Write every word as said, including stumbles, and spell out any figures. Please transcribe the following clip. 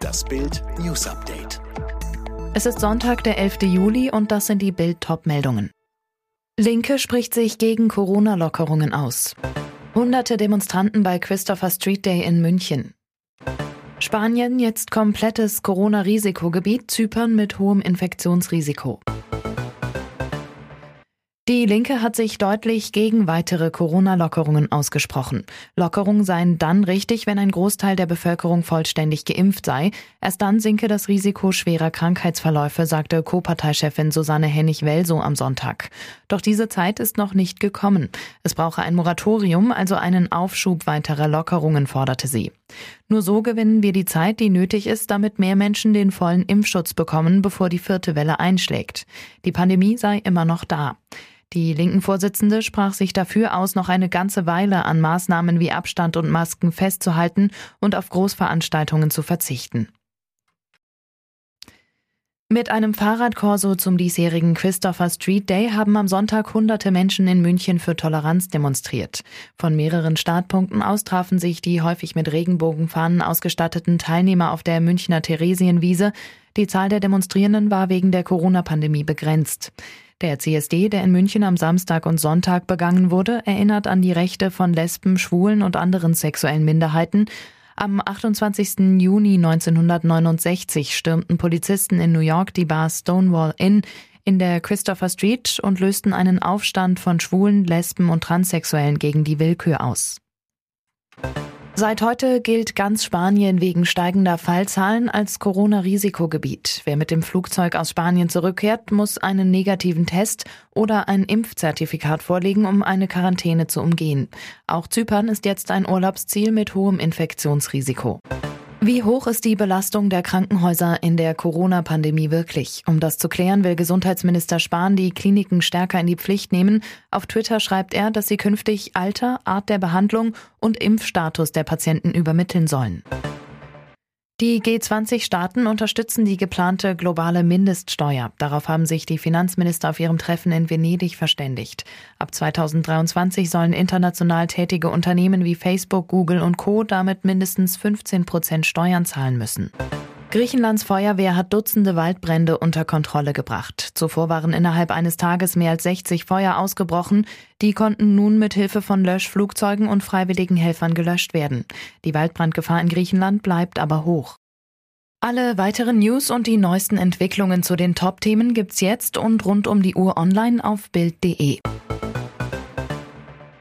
Das Bild News Update. Es ist Sonntag, der elfte Juli, und das sind die Bild-Top-Meldungen. Linke spricht sich gegen Corona-Lockerungen aus. Hunderte Demonstranten bei Christopher Street Day in München. Spanien jetzt komplettes Corona-Risikogebiet, Zypern mit hohem Infektionsrisiko. Die Linke hat sich deutlich gegen weitere Corona-Lockerungen ausgesprochen. Lockerungen seien dann richtig, wenn ein Großteil der Bevölkerung vollständig geimpft sei. Erst dann sinke das Risiko schwerer Krankheitsverläufe, sagte Co-Parteichefin Susanne Hennig-Welsow am Sonntag. Doch diese Zeit ist noch nicht gekommen. Es brauche ein Moratorium, also einen Aufschub weiterer Lockerungen, forderte sie. Nur so gewinnen wir die Zeit, die nötig ist, damit mehr Menschen den vollen Impfschutz bekommen, bevor die vierte Welle einschlägt. Die Pandemie sei immer noch da. Die linken Vorsitzende sprach sich dafür aus, noch eine ganze Weile an Maßnahmen wie Abstand und Masken festzuhalten und auf Großveranstaltungen zu verzichten. Mit einem Fahrradkorso zum diesjährigen Christopher Street Day haben am Sonntag hunderte Menschen in München für Toleranz demonstriert. Von mehreren Startpunkten aus trafen sich die häufig mit Regenbogenfahnen ausgestatteten Teilnehmer auf der Münchner Theresienwiese. Die Zahl der Demonstrierenden war wegen der Corona-Pandemie begrenzt. Der C S D, der in München am Samstag und Sonntag begangen wurde, erinnert an die Rechte von Lesben, Schwulen und anderen sexuellen Minderheiten. Am achtundzwanzigsten Juni neunzehnhundertneunundsechzig stürmten Polizisten in New York die Bar Stonewall Inn in der Christopher Street und lösten einen Aufstand von Schwulen, Lesben und Transsexuellen gegen die Willkür aus. Seit heute gilt ganz Spanien wegen steigender Fallzahlen als Corona-Risikogebiet. Wer mit dem Flugzeug aus Spanien zurückkehrt, muss einen negativen Test oder ein Impfzertifikat vorlegen, um eine Quarantäne zu umgehen. Auch Zypern ist jetzt ein Urlaubsziel mit hohem Infektionsrisiko. Wie hoch ist die Belastung der Krankenhäuser in der Corona-Pandemie wirklich? Um das zu klären, will Gesundheitsminister Spahn die Kliniken stärker in die Pflicht nehmen. Auf Twitter schreibt er, dass sie künftig Alter, Art der Behandlung und Impfstatus der Patienten übermitteln sollen. Die G zwanzig Staaten unterstützen die geplante globale Mindeststeuer. Darauf haben sich die Finanzminister auf ihrem Treffen in Venedig verständigt. Ab zweitausenddreiundzwanzig sollen international tätige Unternehmen wie Facebook, Google und Co. damit mindestens fünfzehn Prozent Steuern zahlen müssen. Griechenlands Feuerwehr hat Dutzende Waldbrände unter Kontrolle gebracht. Zuvor waren innerhalb eines Tages mehr als sechzig Feuer ausgebrochen. Die konnten nun mit Hilfe von Löschflugzeugen und freiwilligen Helfern gelöscht werden. Die Waldbrandgefahr in Griechenland bleibt aber hoch. Alle weiteren News und die neuesten Entwicklungen zu den Top-Themen gibt's jetzt und rund um die Uhr online auf Bild punkt de.